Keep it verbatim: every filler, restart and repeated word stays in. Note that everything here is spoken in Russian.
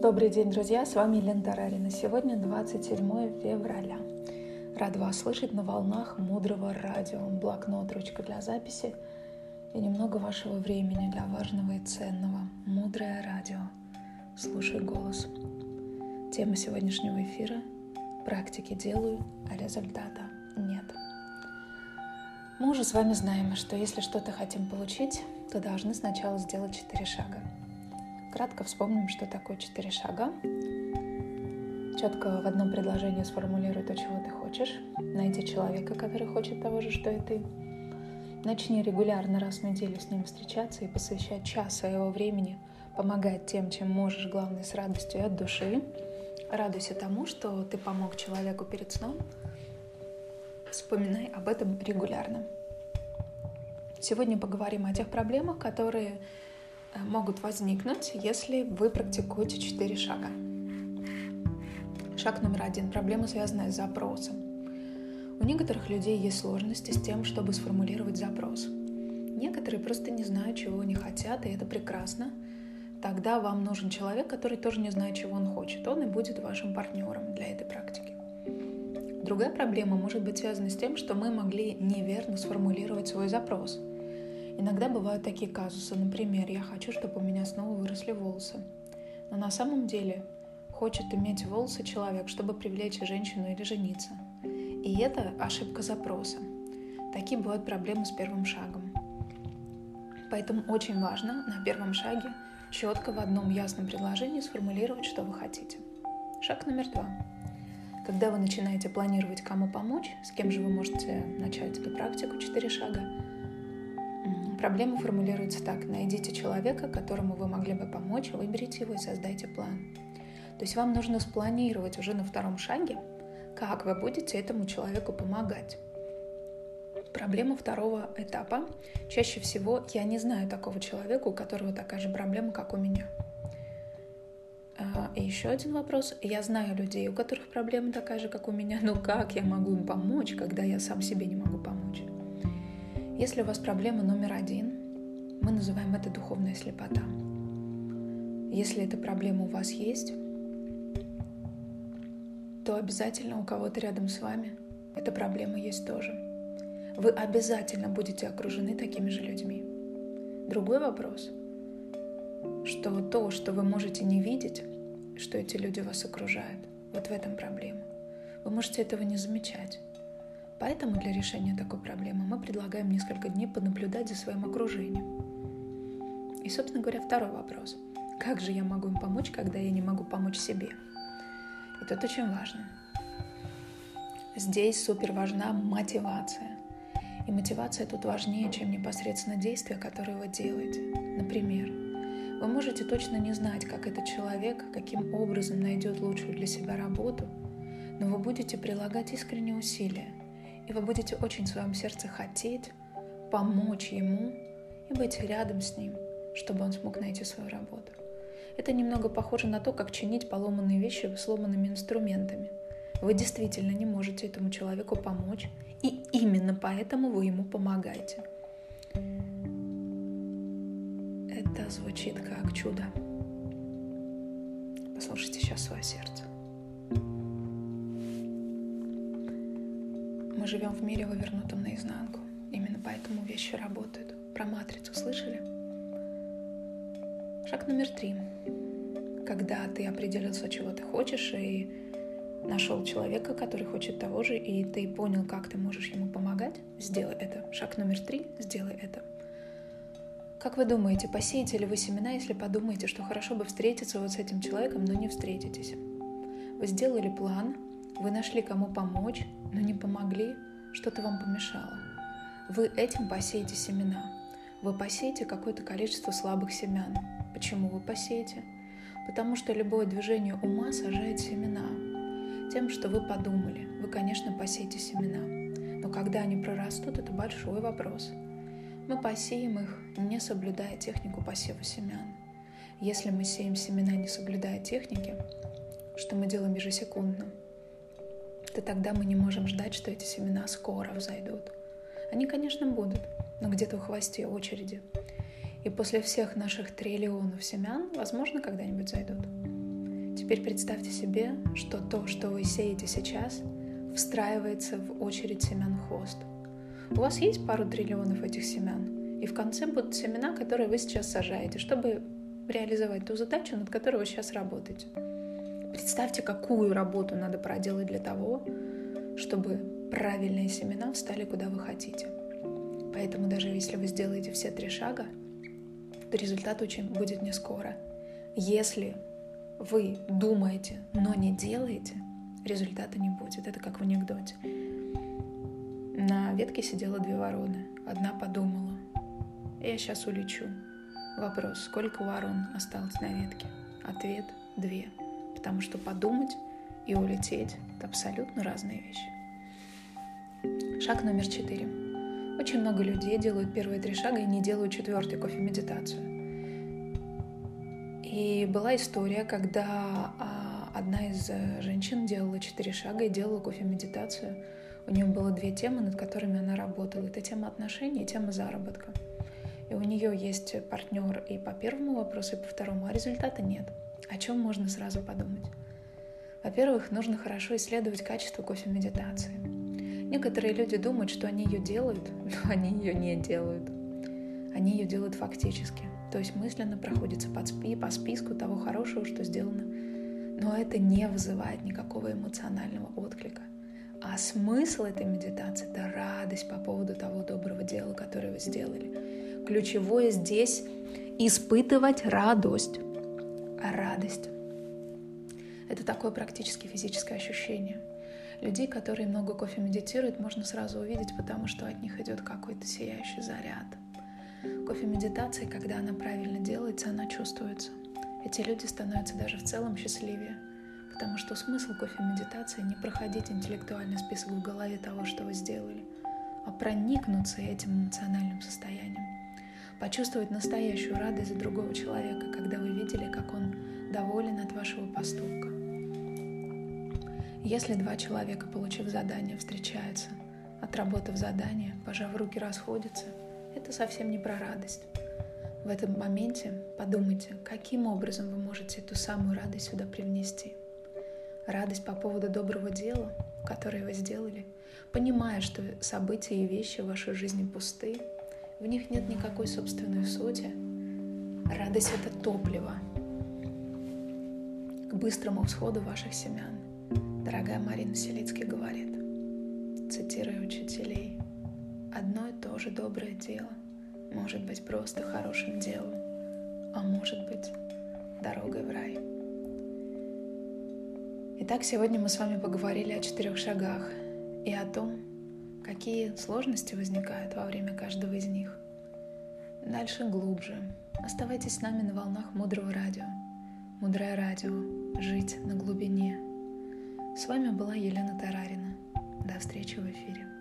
Добрый день, друзья! С вами Елена Тарарина. Сегодня двадцать седьмое февраля. Рада вас слышать на волнах мудрого радио. Блокнот, ручка для записи и немного вашего времени для важного и ценного. Мудрое радио. Слушай голос. Тема сегодняшнего эфира – практики делаю, а результата нет. Мы уже с вами знаем, что если что-то хотим получить, то должны сначала сделать четыре шага. Кратко вспомним, что такое четыре шага. Четко в одном предложении сформулируй то, чего ты хочешь. Найди человека, который хочет того же, что и ты. Начни регулярно раз в неделю с ним встречаться и посвящать час своего времени, помогать тем, чем можешь, главное, с радостью и от души. Радуйся тому, что ты помог человеку перед сном. Вспоминай об этом регулярно. Сегодня поговорим о тех проблемах, которые могут возникнуть, если вы практикуете четыре шага. Шаг номер один. Проблема, связанная с запросом. У некоторых людей есть сложности с тем, чтобы сформулировать запрос. Некоторые просто не знают, чего они хотят, и это прекрасно. Тогда вам нужен человек, который тоже не знает, чего он хочет. Он и будет вашим партнером для этой практики. Другая проблема может быть связана с тем, что мы могли неверно сформулировать свой запрос. Иногда бывают такие казусы. Например, я хочу, чтобы у меня снова выросли волосы. Но на самом деле хочет иметь волосы человек, чтобы привлечь женщину или жениться. И это ошибка запроса. Такие бывают проблемы с первым шагом. Поэтому очень важно на первом шаге четко в одном ясном предложении сформулировать, что вы хотите. Шаг номер два. Когда вы начинаете планировать, кому помочь, с кем же вы можете начать эту практику, четыре шага, проблема формулируется так. Найдите человека, которому вы могли бы помочь, выберите его и создайте план. То есть вам нужно спланировать уже на втором шаге, как вы будете этому человеку помогать. Проблема второго этапа. Чаще всего я не знаю такого человека, у которого такая же проблема, как у меня. И еще один вопрос. Я знаю людей, у которых проблема такая же, как у меня, но как я могу им помочь, когда я сам себе не могу помочь? Если у вас проблема номер один, мы называем это духовная слепота. Если эта проблема у вас есть, то обязательно у кого-то рядом с вами эта проблема есть тоже. Вы обязательно будете окружены такими же людьми. Другой вопрос, что то, что вы можете не видеть, что эти люди вас окружают, вот в этом проблема. Вы можете этого не замечать. Поэтому для решения такой проблемы мы предлагаем несколько дней понаблюдать за своим окружением. И, собственно говоря, второй вопрос. Как же я могу им помочь, когда я не могу помочь себе? И тут очень важно. Здесь супер важна мотивация. И мотивация тут важнее, чем непосредственно действия, которые вы делаете. Например, вы можете точно не знать, как этот человек, каким образом найдет лучшую для себя работу, но вы будете прилагать искренние усилия. И вы будете очень в своем сердце хотеть помочь ему и быть рядом с ним, чтобы он смог найти свою работу. Это немного похоже на то, как чинить поломанные вещи сломанными инструментами. Вы действительно не можете этому человеку помочь, и именно поэтому вы ему помогаете. Это звучит как чудо. Послушайте сейчас свое сердце. Мы живем в мире, вывернутом наизнанку. Именно поэтому вещи работают. Про матрицу слышали? Шаг номер три. Когда ты определился, чего ты хочешь, и нашел человека, который хочет того же, и ты понял, как ты можешь ему помогать, сделай это. Шаг номер три. Сделай это. Как вы думаете, посеете ли вы семена, если подумаете, что хорошо бы встретиться вот с этим человеком, но не встретитесь? Вы сделали план, вы нашли, кому помочь, но не помогли, что-то вам помешало. Вы этим посеете семена. Вы посеете какое-то количество слабых семян. Почему вы посеете? Потому что любое движение ума сажает семена. Тем, что вы подумали, вы, конечно, посеете семена. Но когда они прорастут, это большой вопрос. Мы посеем их, не соблюдая технику посева семян. Если мы сеем семена, не соблюдая техники, что мы делаем ежесекундно, то тогда мы не можем ждать, что эти семена скоро взойдут. Они, конечно, будут, но где-то в хвосте очереди. И после всех наших триллионов семян, возможно, когда-нибудь зайдут. Теперь представьте себе, что то, что вы сеете сейчас, встраивается в очередь семян в хвост. У вас есть пару триллионов этих семян, и в конце будут семена, которые вы сейчас сажаете, чтобы реализовать ту задачу, над которой вы сейчас работаете. Представьте, какую работу надо проделать для того, чтобы правильные семена встали куда вы хотите. Поэтому даже если вы сделаете все три шага, то результат очень будет не скоро. Если вы думаете, но не делаете, результата не будет. Это как в анекдоте. На ветке сидело две вороны. Одна подумала: я сейчас улечу. Вопрос: сколько ворон осталось на ветке? Ответ: две. Потому что подумать и улететь — это абсолютно разные вещи. Шаг номер четыре. Очень много людей делают первые три шага и не делают четвертый — кофе-медитацию. И была история, когда одна из женщин делала четыре шага и делала кофе-медитацию. У нее было две темы, над которыми она работала. Это тема отношений и тема заработка. И у нее есть партнер и по первому вопросу, и по второму, а результата нет. О чем можно сразу подумать? Во-первых, нужно хорошо исследовать качество кофе-медитации. Некоторые люди думают, что они ее делают, но они ее не делают. Они ее делают фактически. То есть мысленно проходятся по списку того хорошего, что сделано. Но это не вызывает никакого эмоционального отклика. А смысл этой медитации — это радость по поводу того доброго дела, которое вы сделали. Ключевое здесь — испытывать радость. А радость — это такое практически физическое ощущение. Людей, которые много кофе медитируют, можно сразу увидеть, потому что от них идет какой-то сияющий заряд. Кофе-медитация, когда она правильно делается, она чувствуется. Эти люди становятся даже в целом счастливее, потому что смысл кофе-медитации — не проходить интеллектуальный список в голове того, что вы сделали, а проникнуться этим эмоциональным состоянием. Почувствовать настоящую радость за другого человека, когда вы видели, как он доволен от вашего поступка. Если два человека, получив задание, встречаются, отработав задание, пожав руки, расходятся, это совсем не про радость. В этом моменте подумайте, каким образом вы можете эту самую радость сюда привнести. Радость по поводу доброго дела, которое вы сделали, понимая, что события и вещи в вашей жизни пусты, в них нет никакой собственной сути. Радость — это топливо к быстрому всходу ваших семян. Дорогая Марина Селицкий говорит, цитируя учителей: «Одно и то же доброе дело может быть просто хорошим делом, а может быть дорогой в рай». Итак, сегодня мы с вами поговорили о четырех шагах и о том, какие сложности возникают во время каждого из них. Дальше глубже. Оставайтесь с нами на волнах Мудрого радио. Мудрое радио. Жить на глубине. С вами была Елена Тарарина. До встречи в эфире.